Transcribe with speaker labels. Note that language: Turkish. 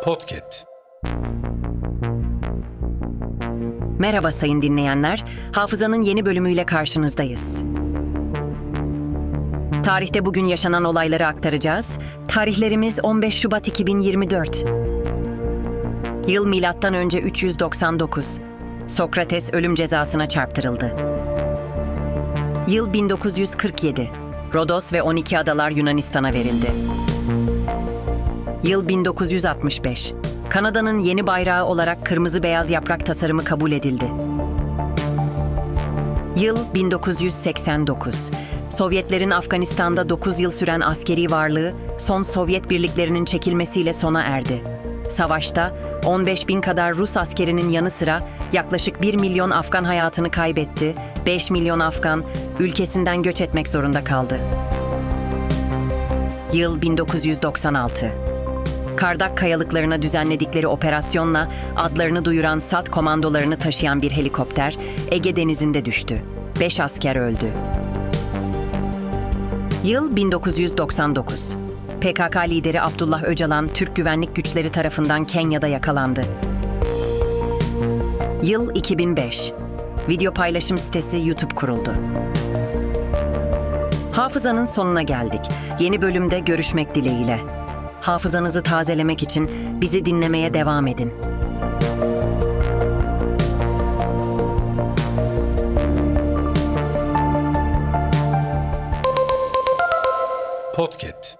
Speaker 1: Podcast.
Speaker 2: Merhaba sayın dinleyenler, Hafızanın yeni bölümüyle karşınızdayız. Tarihte bugün yaşanan olayları aktaracağız. Tarihlerimiz 15 Şubat 2024. Yıl milattan önce 399. Sokrates ölüm cezasına çarptırıldı. Yıl 1947. Rodos ve 12 adalar Yunanistan'a verildi. Yıl 1965. Kanada'nın yeni bayrağı olarak kırmızı beyaz yaprak tasarımı kabul edildi. Yıl 1989. Sovyetlerin Afganistan'da 9 yıl süren askeri varlığı son Sovyet birliklerinin çekilmesiyle sona erdi. Savaşta 15.000 kadar Rus askerinin yanı sıra yaklaşık 1 milyon Afgan hayatını kaybetti, 5 milyon Afgan ülkesinden göç etmek zorunda kaldı. Yıl 1996. Kardak kayalıklarına düzenledikleri operasyonla adlarını duyuran SAT komandolarını taşıyan bir helikopter Ege Denizi'nde düştü. 5 asker öldü. Yıl 1999. PKK lideri Abdullah Öcalan, Türk güvenlik güçleri tarafından Kenya'da yakalandı. Yıl 2005. Video paylaşım sitesi YouTube kuruldu. Hafızanın sonuna geldik. Yeni bölümde görüşmek dileğiyle. Hafızanızı tazelemek için bizi dinlemeye devam edin.
Speaker 1: Podcast.